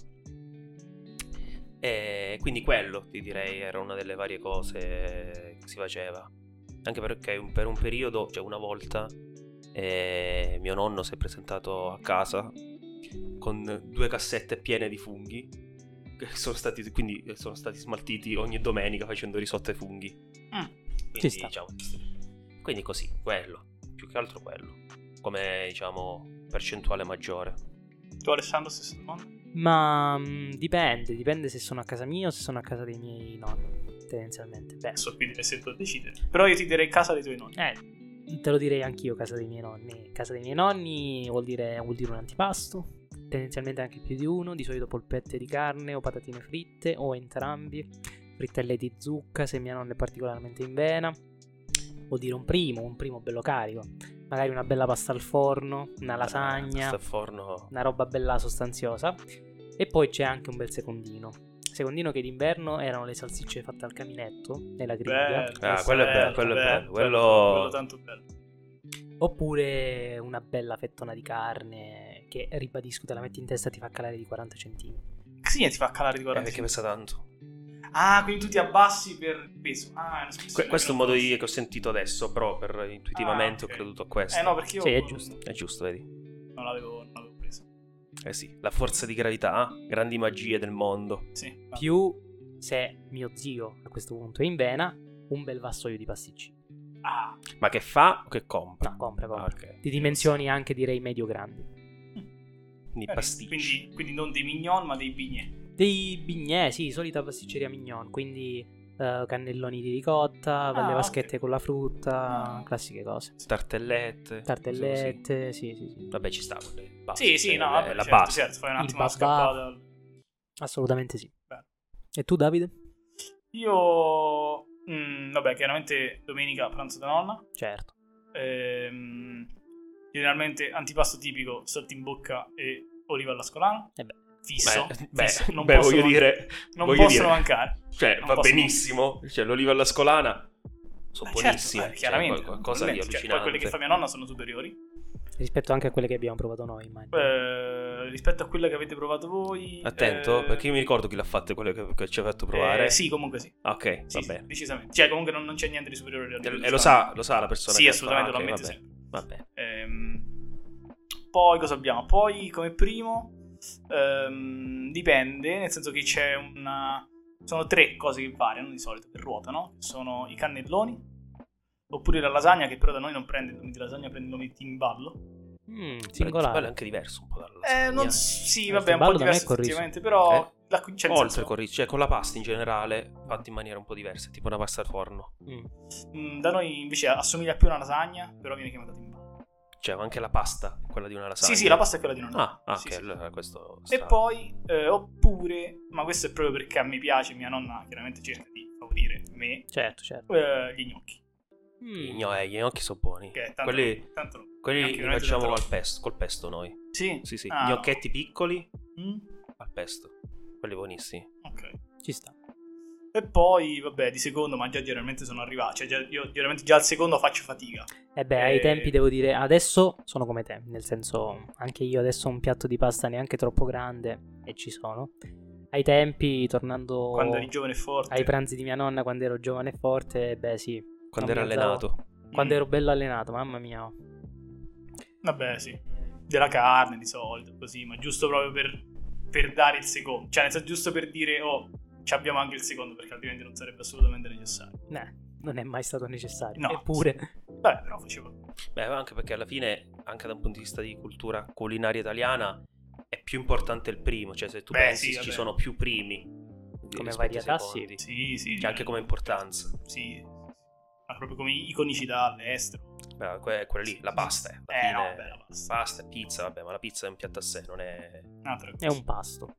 E quindi quello, ti direi, era una delle varie cose che si faceva. Anche perché un- per un periodo, cioè una volta, eh, mio nonno si è presentato a casa con due cassette piene di funghi che sono stati, quindi sono stati smaltiti ogni domenica facendo risotto ai funghi. Mm. Quindi, Ci sta. diciamo, quindi così, quello, più che altro quello, come diciamo percentuale maggiore. Tu Alessandro, stessa domanda? Ma mh, dipende, dipende se sono a casa mia o se sono a casa dei miei nonni, tendenzialmente. Beh, Adesso qui devi essere tu a decidere. Però io ti direi casa dei tuoi nonni. eh, te lo direi anch'io, casa dei miei nonni. Casa dei miei nonni vuol dire, vuol dire un antipasto, tendenzialmente anche più di uno, di solito polpette di carne o patatine fritte o entrambi, frittelle di zucca se mia nonna è particolarmente in vena. Vuol dire un primo, un primo bello carico, magari una bella pasta al forno, una lasagna, Pasta al forno. una roba bella sostanziosa. E poi c'è anche un bel secondino. Secondino che d'inverno erano le salsicce fatte al caminetto nella griglia. Bello, Ah, quello è bello, quello è bello, quello- quello tanto bello. Oppure una bella fettona di carne che, ribadisco, te la metti in testa e ti fa calare di quaranta centimetri. Che significa ti fa calare di Eh, quaranta perché pesa tanto. Ah, quindi tu ti abbassi per peso. Ah, è una Que- questo è un modo di, che ho sentito adesso, però per intuitivamente Ah, ok. ho creduto a questo. Eh no, perché io Sì, è giusto. È giusto, vedi? non l'avevo, non l'avevo preso. Eh sì, la forza di gravità, grandi magie del mondo. Sì. va. Più se mio zio a questo punto è in vena, un bel vassoio di pasticci. Ah, Ma che fa o che compra? No, compra, compra. Ah, ok. Di dimensioni anche direi medio-grandi. Quindi bene. pasticci. Quindi, quindi non dei mignon, ma dei bignè. Dei bignè, sì, solita pasticceria mignon, quindi eh, cannelloni di ricotta, le ok. vaschette con la frutta, Ah. classiche cose. Tartellette. Tartellette, sì, sì, sì. Vabbè, ci sta. quelle basi, Sì, sì, cioè, no, le- vabbè, la certo, base. certo, fai un Il attimo una babà. scappata. Assolutamente sì. Beh. E tu, Davide? Io, mm, vabbè, chiaramente domenica pranzo da nonna. Certo. Ehm, generalmente antipasto tipico, saltimbocca e oliva alla scolana. E beh, Fisso, Beh, beh, fisso, non beh, possono voglio man- dire, non voglio possono dire. mancare. Cioè, Non va possono benissimo. Cioè, l'oliva alla scolana sono Beh, certo, buonissime. eh, Cioè, chiaramente, qual- qualcosa di naturalmente, cioè, poi allucinante. quelle che fa mia nonna sono superiori. rispetto anche a quelle che abbiamo provato noi, immagino. Eh, rispetto a quelle che avete provato voi. Attento, eh, perché io mi ricordo chi l'ha fatta, quelle che, che ci ha fatto provare. eh, sì, comunque sì. Ah, ok, Sì, va sì, bene. decisamente. Cioè, comunque non, non c'è niente di superiore. alle E, olive e lo alla sa, lo sa la persona Sì, che assolutamente, fa. lo Ok, ammette vabbè, sempre. vabbè. Ehm, poi cosa abbiamo? Poi come primo ehm, dipende, nel senso che c'è una... sono tre cose che variano di solito, che ruotano. Sono i cannelloni, oppure la lasagna, che però da noi non prende il nome di lasagna, prende il nome di timballo. Mm, Il singolare. ballo è anche diverso un po' dalla Eh, lasagna. non, sì, Il vabbè, un ballo po' da me è diverso con riso. effettivamente, però... Eh? La, cioè, nel Oltre senso, con riso, cioè con la pasta in generale, fatta in maniera un po' diversa, tipo una pasta al forno. Mm. mh, da noi invece assomiglia più a una lasagna, però viene chiamata timbale. Cioè, anche la pasta è quella di una lasagna. Sì, sì, la pasta è quella di una lasagna. Ah, ah Sì, ok, sì. allora questo E sta- poi, eh, oppure, ma questo è proprio perché a me piace, mia nonna chiaramente cerca di favorire me, Certo, certo. eh, gli gnocchi. Mm. Gli gno- eh, gli gnocchi sono buoni. Che tanto, Quelli, tanto quelli gnocchi li veramente facciamo tanto al pesto, col pesto noi. Sì? Sì, sì, Ah, gnocchetti piccoli no. Mm? al pesto. Quelli buonissimi. Ok. Ci sta. E poi, vabbè, di secondo, ma già generalmente sono arrivato. Cioè, già- io generalmente già al secondo faccio fatica. E beh, ai Eh, tempi devo dire, adesso sono come te, nel senso, anche io adesso ho un piatto di pasta neanche troppo grande e ci sono. Ai tempi, tornando Quando eri giovane e forte. ai pranzi di mia nonna quando ero giovane e forte, beh sì. Quando non era mi alzavo. allenato. Quando Mm. ero bello allenato, mamma mia. Vabbè, sì. Della carne, di solito, così. Ma giusto proprio per, per dare il secondo. Cioè, nel senso, giusto per dire, oh, ci abbiamo anche il secondo, perché altrimenti non sarebbe assolutamente necessario. Eh, non è mai stato necessario. No. Eppure, Vabbè, però facevo... Beh, anche perché alla fine, anche da un punto di vista di cultura culinaria italiana, è più importante il primo. Cioè, se tu Beh, pensi, sì, ci vabbè. sono più primi. Come rispetto ai varietà, secondi. Sì, sì. Cioè, anche come importanza. Sì. Ma proprio come iconicità all'estero. Beh, que- quella lì, la pasta. eh, alla Eh, fine, no, vabbè, la pasta. pasta e pizza, vabbè, ma la pizza è un piatto a sé, non è... Un'altra cosa. è un pasto.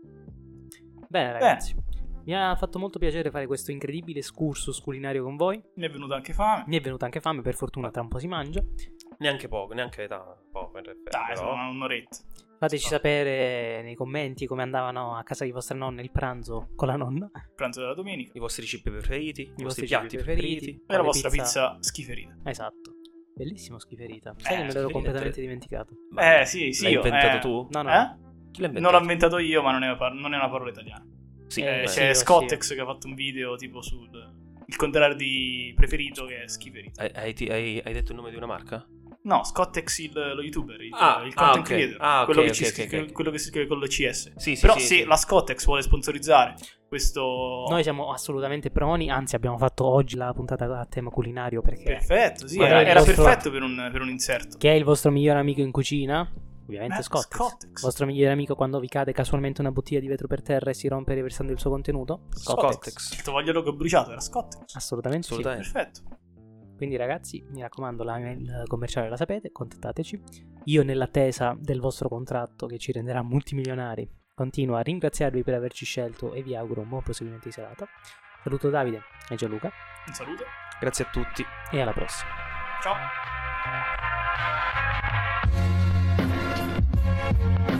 Bene, ragazzi. Mi ha fatto molto piacere fare questo incredibile excursus culinario con voi. Mi è venuta anche fame. Mi è venuta anche fame, per fortuna tra un po' si mangia. Neanche poco, neanche ta- poco in realtà. Dai, però- sono un'oretta. Fateci No. sapere nei commenti come andavano a casa di vostra nonna il pranzo con la nonna. Pranzo della domenica. I vostri cibi preferiti, i, I vostri vostri piatti cibi preferiti. preferiti. E la Quale vostra pizza- pizza schiferita. Esatto. Bellissimo Schiferita. Sai Eh, che me l'ero Schiferita completamente è- dimenticato. Ma Eh, sì, sì. L'hai io, inventato eh. tu? No, no. Eh? Chi l'ha inventato? Non l'ho inventato io, ma non è, una par- non è una parola italiana. Sì, Eh, beh. sì, c'è oh, Scottex sì. che ha fatto un video tipo sul il contrario di preferito, che è schiferita. Hai, hai- ti- hai- hai detto il nome di una marca? No, Scottex il, lo youtuber, il, Ah, il ah, content ok. creator, Ah, ok, quello, che ok, ci ok, scrive, ok. quello che si scrive con lo C S. Sì, sì, Però sì, se sì. la Scottex vuole sponsorizzare questo... Noi siamo assolutamente proni, anzi abbiamo fatto oggi la puntata a tema culinario perché Perfetto, sì, Magari era, il era vostro- perfetto per un, per un inserto. chi è il vostro migliore amico in cucina? Ovviamente Eh, Scottex. Scottex. Il vostro migliore amico quando vi cade casualmente una bottiglia di vetro per terra e si rompe riversando il suo contenuto? Scottex. Il tovagliolo che ho bruciato era Scottex. Assolutamente, sì. Assolutamente. Perfetto. Quindi ragazzi, mi raccomando, la mail commerciale la sapete, contattateci. Io nell'attesa del vostro contratto che ci renderà multimilionari continuo a ringraziarvi per averci scelto e vi auguro un buon proseguimento di serata. Saluto Davide e Gianluca Un saluto. Grazie a tutti. e alla prossima. Ciao.